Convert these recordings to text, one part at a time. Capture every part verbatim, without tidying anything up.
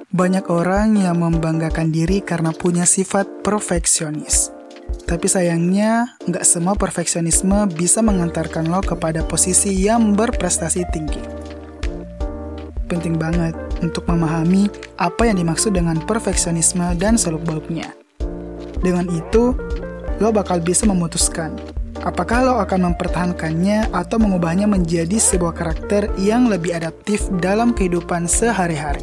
Banyak orang yang membanggakan diri karena punya sifat perfeksionis. Tapi sayangnya, nggak semua perfeksionisme bisa mengantarkan lo kepada posisi yang berprestasi tinggi. Penting banget untuk memahami apa yang dimaksud dengan perfeksionisme dan seluk-beluknya. Dengan itu, lo bakal bisa memutuskan apakah lo akan mempertahankannya atau mengubahnya menjadi sebuah karakter yang lebih adaptif dalam kehidupan sehari-hari.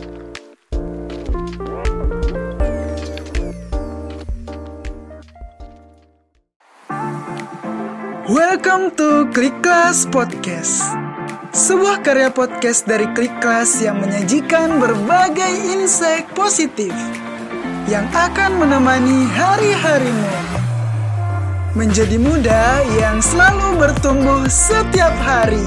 Welcome to Klik Kelas Podcast, sebuah karya podcast dari Klik Kelas yang menyajikan berbagai insight positif yang akan menemani hari-harimu menjadi muda yang selalu bertumbuh setiap hari.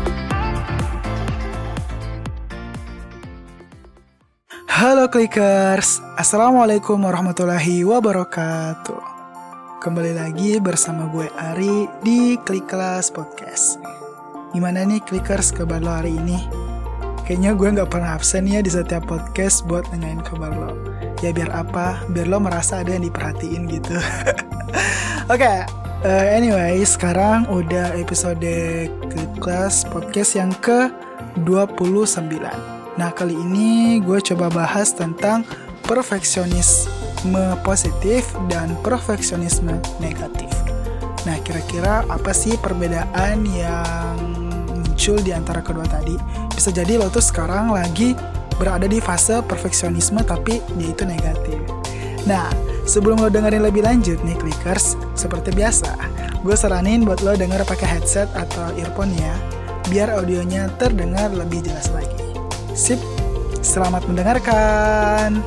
Halo Klikers, Assalamualaikum warahmatullahi wabarakatuh. Kembali lagi bersama gue Ari di Klik Kelas Podcast. Gimana nih Klikers kabar lo hari ini? Kayaknya gue gak pernah absen ya di setiap podcast buat nanyain kabar lo. Ya biar apa? Biar lo merasa ada yang diperhatiin gitu. Oke, okay, uh, anyway sekarang udah episode Klik Kelas Podcast yang ke dua puluh sembilan. Nah kali ini gue coba bahas tentang perfeksionisme positif dan perfeksionisme negatif. Nah, kira-kira apa sih perbedaan yang muncul di antara kedua tadi? Bisa jadi lo tuh sekarang lagi berada di fase perfeksionisme tapi dia itu negatif. Nah, sebelum lo dengerin lebih lanjut nih Klikers, seperti biasa, gue saranin buat lo denger pakai headset atau earphone ya, biar audionya terdengar lebih jelas lagi. Sip, selamat mendengarkan.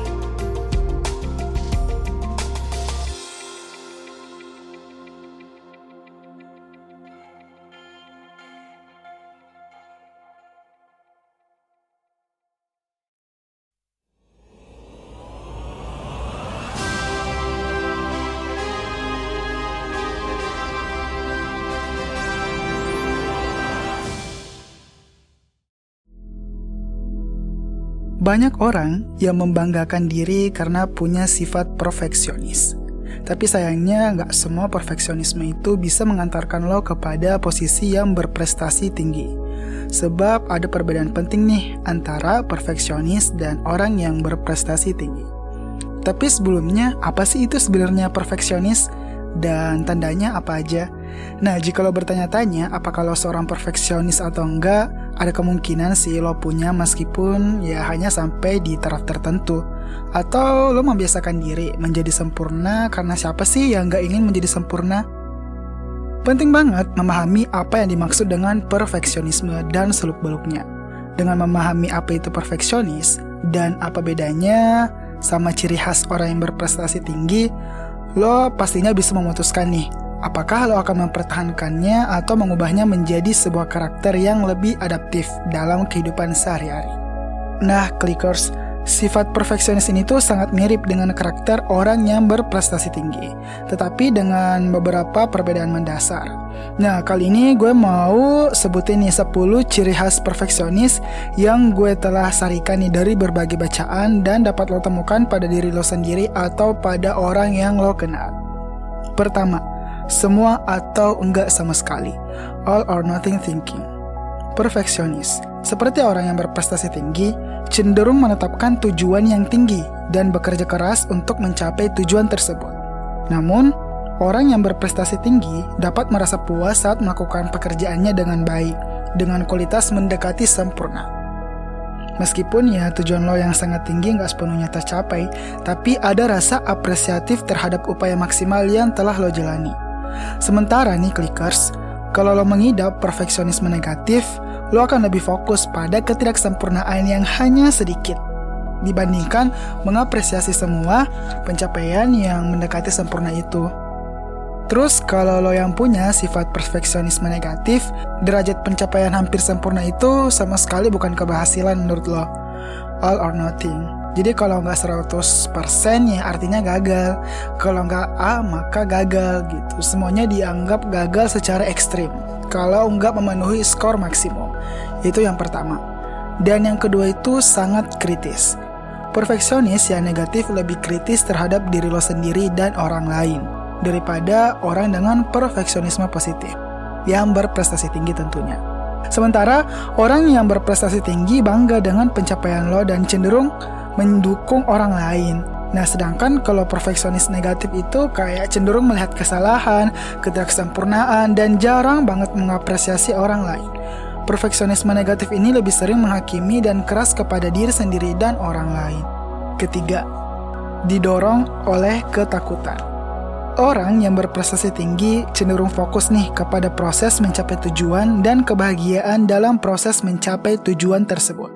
Banyak orang yang membanggakan diri karena punya sifat perfeksionis. Tapi sayangnya nggak semua perfeksionisme itu bisa mengantarkan lo kepada posisi yang berprestasi tinggi. Sebab ada perbedaan penting nih antara perfeksionis dan orang yang berprestasi tinggi. Tapi sebelumnya, apa sih itu sebenarnya perfeksionis? Dan tandanya apa aja? Nah, jika lo bertanya-tanya apakah lo seorang perfeksionis atau enggak, ada kemungkinan sih lo punya meskipun ya hanya sampai di taraf tertentu. Atau lo membiasakan diri menjadi sempurna karena siapa sih yang gak ingin menjadi sempurna? Penting banget memahami apa yang dimaksud dengan perfeksionisme dan seluk-beluknya. Dengan memahami apa itu perfeksionis dan apa bedanya sama ciri khas orang yang berprestasi tinggi, lo pastinya bisa memutuskan nih, apakah lo akan mempertahankannya atau mengubahnya menjadi sebuah karakter yang lebih adaptif dalam kehidupan sehari-hari. Nah, Klikers, sifat perfeksionis ini tuh sangat mirip dengan karakter orang yang berprestasi tinggi, tetapi dengan beberapa perbedaan mendasar. Nah, kali ini gue mau sebutin nih sepuluh ciri khas perfeksionis yang gue telah sarikan nih dari berbagai bacaan dan dapat lo temukan pada diri lo sendiri atau pada orang yang lo kenal. Pertama, semua atau enggak sama sekali, all or nothing thinking. Perfeksionis, seperti orang yang berprestasi tinggi, cenderung menetapkan tujuan yang tinggi dan bekerja keras untuk mencapai tujuan tersebut. Namun, orang yang berprestasi tinggi dapat merasa puas saat melakukan pekerjaannya dengan baik, dengan kualitas mendekati sempurna. Meskipun ya tujuan lo yang sangat tinggi nggak sepenuhnya tercapai, tapi ada rasa apresiatif terhadap upaya maksimal yang telah lo jalani. Sementara nih Klikers, kalau lo mengidap perfeksionisme negatif, lo akan lebih fokus pada ketidaksempurnaan yang hanya sedikit dibandingkan mengapresiasi semua pencapaian yang mendekati sempurna itu. Terus kalau lo yang punya sifat perfeksionisme negatif, derajat pencapaian hampir sempurna itu sama sekali bukan keberhasilan menurut lo. All or nothing. Jadi kalau nggak seratus persen ya artinya gagal. Kalau nggak A maka gagal gitu. Semuanya dianggap gagal secara ekstrim kalau nggak memenuhi skor maksimum. Itu yang pertama. Dan yang kedua itu sangat kritis. Perfeksionis yang negatif lebih kritis terhadap diri lo sendiri dan orang lain daripada orang dengan perfeksionisme positif yang berprestasi tinggi tentunya. Sementara orang yang berprestasi tinggi bangga dengan pencapaian lo dan cenderung mendukung orang lain. Nah, sedangkan kalau perfeksionis negatif itu kayak cenderung melihat kesalahan, ketidaksempurnaan, dan jarang banget mengapresiasi orang lain. Perfeksionisme negatif ini lebih sering menghakimi dan keras kepada diri sendiri dan orang lain. Ketiga, didorong oleh ketakutan. Orang yang berprestasi tinggi cenderung fokus nih kepada proses mencapai tujuan dan kebahagiaan dalam proses mencapai tujuan tersebut.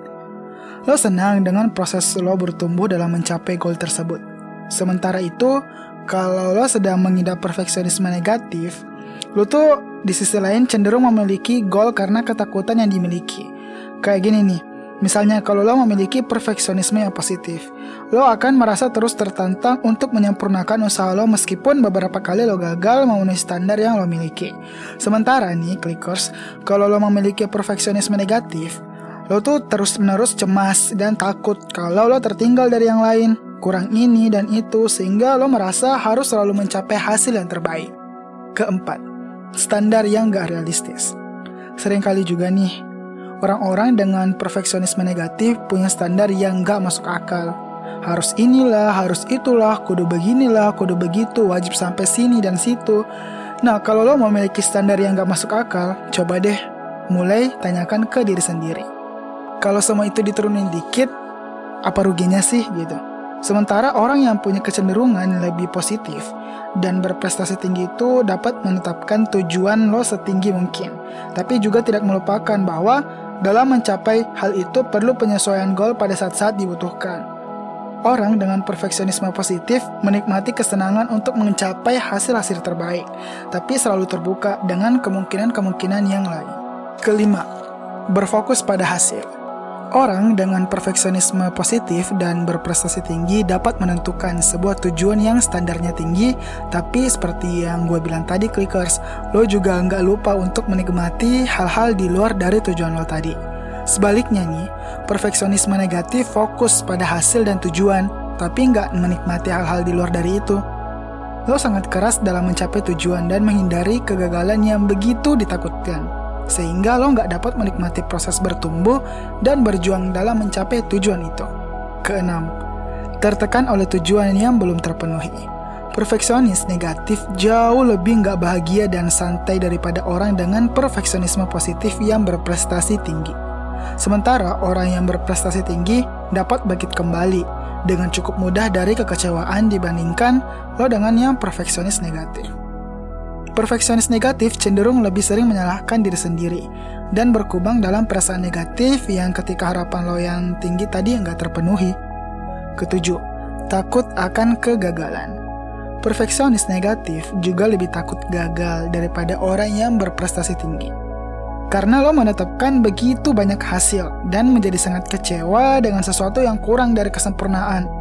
Lo senang dengan proses lo bertumbuh dalam mencapai goal tersebut. Sementara itu, kalau lo sedang mengidap perfeksionisme negatif, lo tuh di sisi lain cenderung memiliki goal karena ketakutan yang dimiliki. Kayak gini nih, misalnya kalau lo memiliki perfeksionisme yang positif, lo akan merasa terus tertantang untuk menyempurnakan usaha lo meskipun beberapa kali lo gagal memenuhi standar yang lo miliki. Sementara nih, clickers, kalau lo memiliki perfeksionisme negatif, lo tuh terus-menerus cemas dan takut kalau lo tertinggal dari yang lain, kurang ini dan itu, sehingga lo merasa harus selalu mencapai hasil yang terbaik. Keempat, standar yang gak realistis. Seringkali juga nih, orang-orang dengan perfeksionisme negatif punya standar yang gak masuk akal. Harus inilah, harus itulah, kudu beginilah, kudu begitu, wajib sampai sini dan situ. Nah, kalau lo memiliki standar yang gak masuk akal, coba deh mulai tanyakan ke diri sendiri. Kalau semua itu diturunin dikit, apa ruginya sih gitu? Sementara orang yang punya kecenderungan lebih positif dan berprestasi tinggi itu dapat menetapkan tujuan lo setinggi mungkin, tapi juga tidak melupakan bahwa dalam mencapai hal itu perlu penyesuaian goal pada saat-saat dibutuhkan. Orang dengan perfeksionisme positif menikmati kesenangan untuk mencapai hasil-hasil terbaik, tapi selalu terbuka dengan kemungkinan-kemungkinan yang lain. Kelima, berfokus pada hasil. Orang dengan perfeksionisme positif dan berprestasi tinggi dapat menentukan sebuah tujuan yang standarnya tinggi, tapi seperti yang gue bilang tadi, clickers, lo juga nggak lupa untuk menikmati hal-hal di luar dari tujuan lo tadi. Sebaliknya nih, perfeksionisme negatif fokus pada hasil dan tujuan, tapi nggak menikmati hal-hal di luar dari itu. Lo sangat keras dalam mencapai tujuan dan menghindari kegagalan yang begitu ditakutkan, sehingga lo nggak dapat menikmati proses bertumbuh dan berjuang dalam mencapai tujuan itu. Keenam, tertekan oleh tujuan yang belum terpenuhi. Perfeksionis negatif jauh lebih nggak bahagia dan santai daripada orang dengan perfeksionisme positif yang berprestasi tinggi. Sementara orang yang berprestasi tinggi dapat bangkit kembali dengan cukup mudah dari kekecewaan dibandingkan lo dengan yang perfeksionis negatif. Perfeksionis negatif cenderung lebih sering menyalahkan diri sendiri dan berkubang dalam perasaan negatif yang ketika harapan lo yang tinggi tadi nggak terpenuhi. Ketujuh, takut akan kegagalan. Perfeksionis negatif juga lebih takut gagal daripada orang yang berprestasi tinggi. Karena lo menetapkan begitu banyak hasil dan menjadi sangat kecewa dengan sesuatu yang kurang dari kesempurnaan.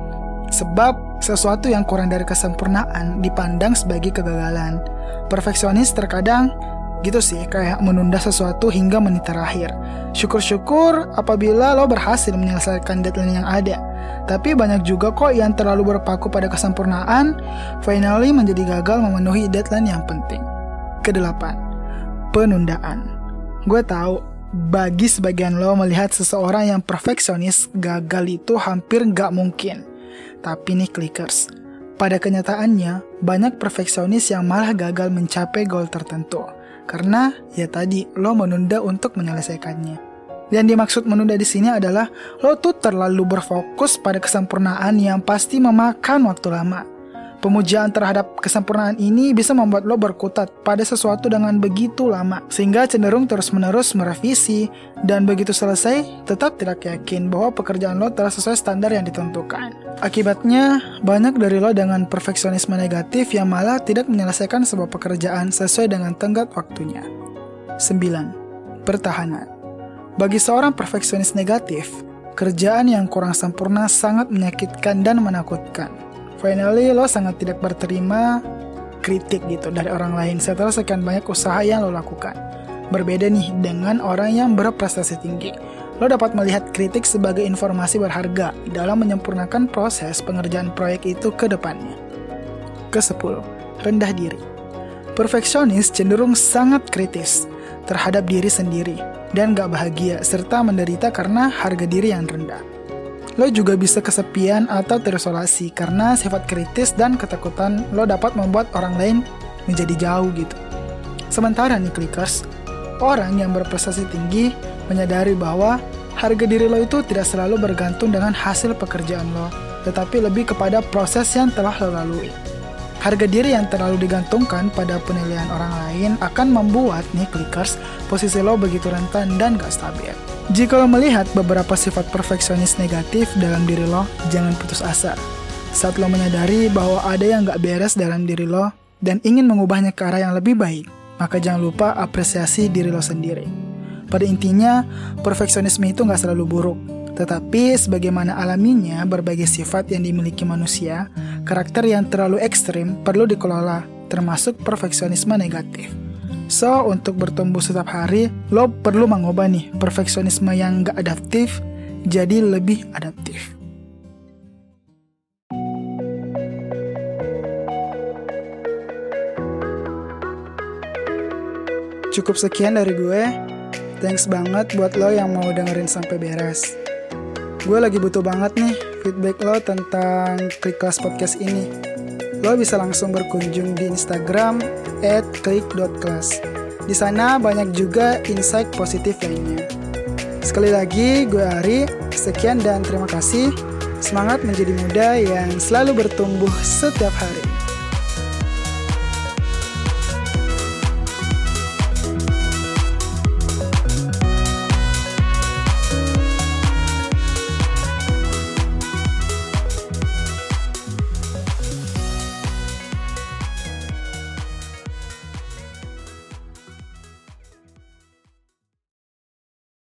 Sebab sesuatu yang kurang dari kesempurnaan dipandang sebagai kegagalan. Perfeksionis terkadang gitu sih, kayak menunda sesuatu hingga menit terakhir. Syukur-syukur apabila lo berhasil menyelesaikan deadline yang ada. Tapi banyak juga kok yang terlalu berpaku pada kesempurnaan, finally menjadi gagal memenuhi deadline yang penting. Kedelapan, penundaan. Gue tahu, bagi sebagian lo melihat seseorang yang perfeksionis gagal itu hampir gak mungkin. Tapi nih clickers, pada kenyataannya banyak perfeksionis yang malah gagal mencapai goal tertentu. Karena ya tadi, lo menunda untuk menyelesaikannya. Yang dimaksud menunda di sini adalah lo tuh terlalu berfokus pada kesempurnaan yang pasti memakan waktu lama. Pemujaan terhadap kesempurnaan ini bisa membuat lo berkutat pada sesuatu dengan begitu lama, sehingga cenderung terus-menerus merevisi, dan begitu selesai, tetap tidak yakin bahwa pekerjaan lo telah sesuai standar yang ditentukan. Akibatnya, banyak dari lo dengan perfeksionisme negatif yang malah tidak menyelesaikan sebuah pekerjaan sesuai dengan tenggat waktunya. Sembilan. Pertahanan. Bagi seorang perfeksionis negatif, kerjaan yang kurang sempurna sangat menyakitkan dan menakutkan. Finally, lo sangat tidak berterima kritik gitu dari orang lain setelah sekian banyak usaha yang lo lakukan. Berbeda nih dengan orang yang berprestasi tinggi. Lo dapat melihat kritik sebagai informasi berharga dalam menyempurnakan proses pengerjaan proyek itu ke depannya. Kesepuluh, rendah diri. Perfeksionis cenderung sangat kritis terhadap diri sendiri dan gak bahagia serta menderita karena harga diri yang rendah. Lo juga bisa kesepian atau terisolasi karena sifat kritis dan ketakutan lo dapat membuat orang lain menjadi jauh gitu. Sementara nih Clickers, orang yang berprestasi tinggi menyadari bahwa harga diri lo itu tidak selalu bergantung dengan hasil pekerjaan lo, tetapi lebih kepada proses yang telah lo lalui. Harga diri yang terlalu digantungkan pada penilaian orang lain akan membuat nih Clickers, posisi lo begitu rentan dan gak stabil. Jika lo melihat beberapa sifat perfeksionis negatif dalam diri lo, jangan putus asa. Saat lo menyadari bahwa ada yang gak beres dalam diri lo dan ingin mengubahnya ke arah yang lebih baik, maka jangan lupa apresiasi diri lo sendiri. Pada intinya, perfeksionisme itu gak selalu buruk. Tetapi sebagaimana alaminya berbagai sifat yang dimiliki manusia, karakter yang terlalu ekstrim perlu dikelola, termasuk perfeksionisme negatif. So, untuk bertumbuh setiap hari, lo perlu mengubah nih perfeksionisme yang gak adaptif jadi lebih adaptif. Cukup sekian dari gue. Thanks banget buat lo yang mau dengerin sampai beres. Gue lagi butuh banget nih feedback lo tentang Klik Kelas Podcast ini. Lo bisa langsung berkunjung di Instagram at klik dot kelas. Di sana banyak juga insight positif lainnya. Sekali lagi, gue Ari. Sekian dan terima kasih. Semangat menjadi muda yang selalu bertumbuh setiap hari.